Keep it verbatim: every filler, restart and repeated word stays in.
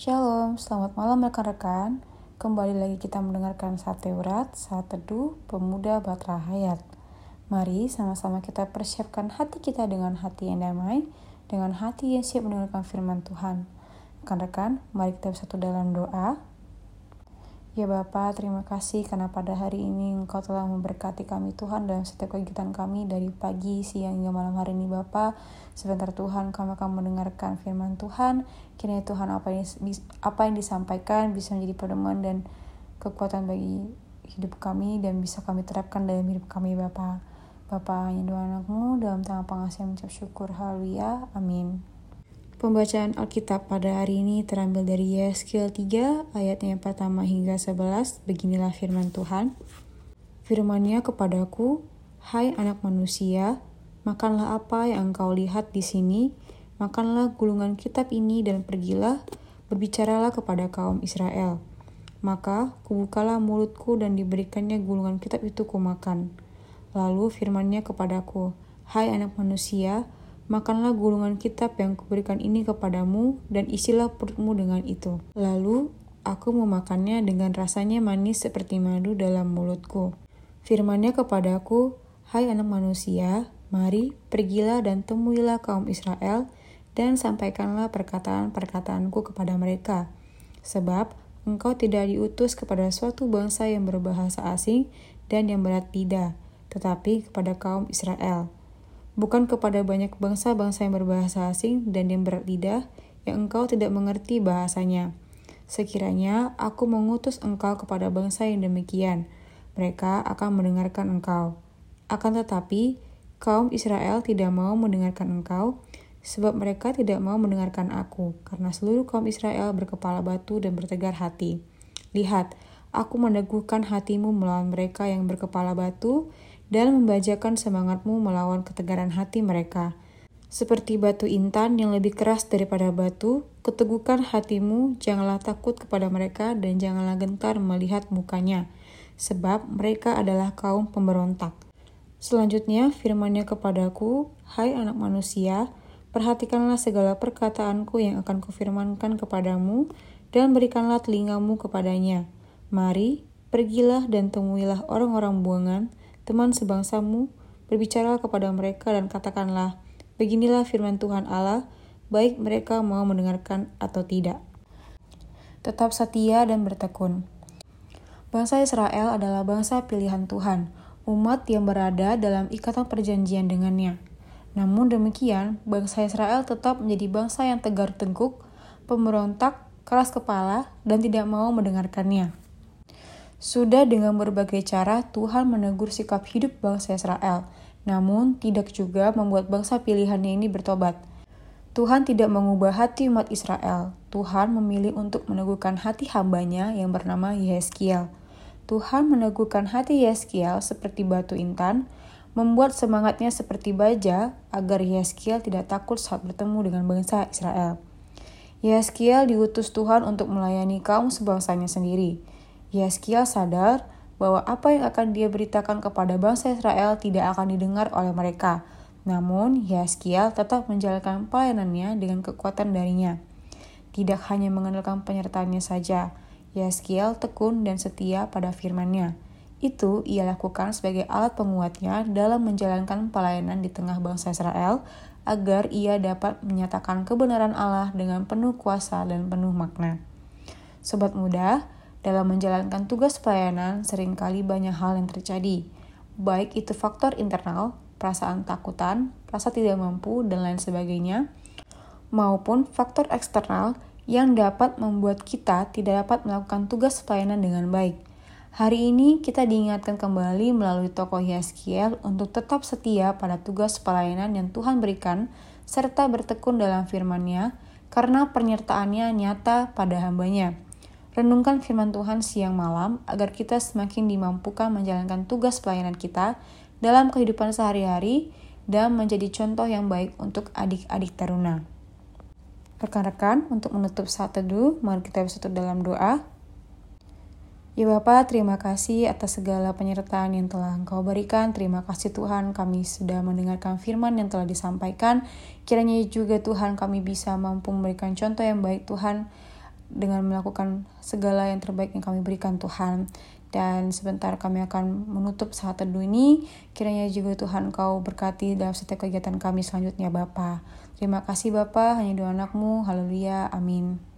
Shalom, selamat malam rekan-rekan. Kembali lagi kita mendengarkan Saat Teurat, Saat Teduh, Pemuda Batra Hayat. Mari sama-sama kita persiapkan hati kita dengan hati yang damai, dengan hati yang siap mendengarkan firman Tuhan. Rekan-rekan, mari kita bersatu dalam doa. Ya Bapa, terima kasih karena pada hari ini Engkau telah memberkati kami Tuhan dalam setiap kegiatan kami dari pagi, siang, hingga malam hari ini Bapa. Sebentar Tuhan kami akan mendengarkan firman Tuhan. Kiranya Tuhan apa yang, apa yang disampaikan bisa menjadi pedoman dan kekuatan bagi hidup kami dan bisa kami terapkan dalam hidup kami Bapa. Bapa, hanya doa anakmu dalam tangan pengasih mengucap syukur. Haleluya. Amin. Pembacaan Alkitab pada hari ini terambil dari Yeskil tiga ayatnya yang pertama hingga sebelas. Beginilah firman Tuhan. Firman-Nya kepadaku, hai anak manusia, makanlah apa yang engkau lihat di sini, makanlah gulungan kitab ini dan pergilah, berbicaralah kepada kaum Israel. Maka kubukalah mulutku dan diberikannya gulungan kitab itu kumakan. Lalu firman-Nya kepadaku, hai anak manusia, makanlah gulungan kitab yang kuberikan ini kepadamu dan isilah perutmu dengan itu. Lalu aku memakannya dengan rasanya manis seperti madu dalam mulutku. Firman-Nya kepadaku, hai anak manusia, mari pergilah dan temuilah kaum Israel dan sampaikanlah perkataan-perkataanku kepada mereka. Sebab engkau tidak diutus kepada suatu bangsa yang berbahasa asing dan yang berat lidah, tetapi kepada kaum Israel. Bukan kepada banyak bangsa-bangsa yang berbahasa asing dan yang berat lidah, yang engkau tidak mengerti bahasanya. Sekiranya aku mengutus engkau kepada bangsa yang demikian, mereka akan mendengarkan engkau. Akan tetapi, kaum Israel tidak mau mendengarkan engkau, sebab mereka tidak mau mendengarkan aku, karena seluruh kaum Israel berkepala batu dan bertegar hati. Lihat, aku meneguhkan hatimu melawan mereka yang berkepala batu, dan membajakan semangatmu melawan ketegaran hati mereka. Seperti batu intan yang lebih keras daripada batu, keteguhkan hatimu, janganlah takut kepada mereka dan janganlah gentar melihat mukanya, sebab mereka adalah kaum pemberontak. Selanjutnya firman-Nya kepadaku, hai anak manusia, perhatikanlah segala perkataanku yang akan kufirmankan kepadamu, dan berikanlah telingamu kepadanya. Mari, pergilah dan temuilah orang-orang buangan, teman sebangsamu, berbicaralah kepada mereka dan katakanlah, beginilah firman Tuhan Allah, baik mereka mau mendengarkan atau tidak. Tetap setia dan bertekun. Bangsa Israel adalah bangsa pilihan Tuhan, umat yang berada dalam ikatan perjanjian dengannya. Namun demikian, bangsa Israel tetap menjadi bangsa yang tegar tengkuk, pemberontak, keras kepala, dan tidak mau mendengarkannya. Sudah dengan berbagai cara Tuhan menegur sikap hidup bangsa Israel, namun tidak juga membuat bangsa pilihannya ini bertobat. Tuhan tidak mengubah hati umat Israel. Tuhan memilih untuk meneguhkan hati hambanya yang bernama Yeskil. Tuhan meneguhkan hati Yeskil seperti batu intan, membuat semangatnya seperti baja agar Yeskil tidak takut saat bertemu dengan bangsa Israel. Yeskil diutus Tuhan untuk melayani kaum sebangsanya sendiri. Yeskil sadar bahwa apa yang akan dia beritakan kepada bangsa Israel tidak akan didengar oleh mereka. Namun, Yeskil tetap menjalankan pelayanannya dengan kekuatan darinya. Tidak hanya mengandalkan penyertaannya saja, Yeskil tekun dan setia pada firman-Nya. Itu ia lakukan sebagai alat penguatnya dalam menjalankan pelayanan di tengah bangsa Israel, agar ia dapat menyatakan kebenaran Allah dengan penuh kuasa dan penuh makna. Sobat muda, dalam menjalankan tugas pelayanan, seringkali banyak hal yang terjadi, baik itu faktor internal, perasaan takutan, rasa tidak mampu, dan lain sebagainya, maupun faktor eksternal yang dapat membuat kita tidak dapat melakukan tugas pelayanan dengan baik. Hari ini kita diingatkan kembali melalui tokoh Yeskil untuk tetap setia pada tugas pelayanan yang Tuhan berikan, serta bertekun dalam firman-Nya, karena penyertaannya nyata pada hambanya. Renungkan firman Tuhan siang malam agar kita semakin dimampukan menjalankan tugas pelayanan kita dalam kehidupan sehari-hari dan menjadi contoh yang baik untuk adik-adik taruna. Rekan-rekan, untuk menutup saat teduh, mari kita bersatu dalam doa. Ya Bapa, terima kasih atas segala penyertaan yang telah Engkau berikan. Terima kasih Tuhan, kami sudah mendengarkan firman yang telah disampaikan. Kiranya juga Tuhan kami bisa mampu memberikan contoh yang baik Tuhan dengan melakukan segala yang terbaik yang kami berikan Tuhan. Dan sebentar kami akan menutup saat teduh ini. Kiranya juga Tuhan Kau berkati dalam setiap kegiatan kami selanjutnya Bapa. Terima kasih Bapa, hanya doa anak-Mu. Haleluya, amin.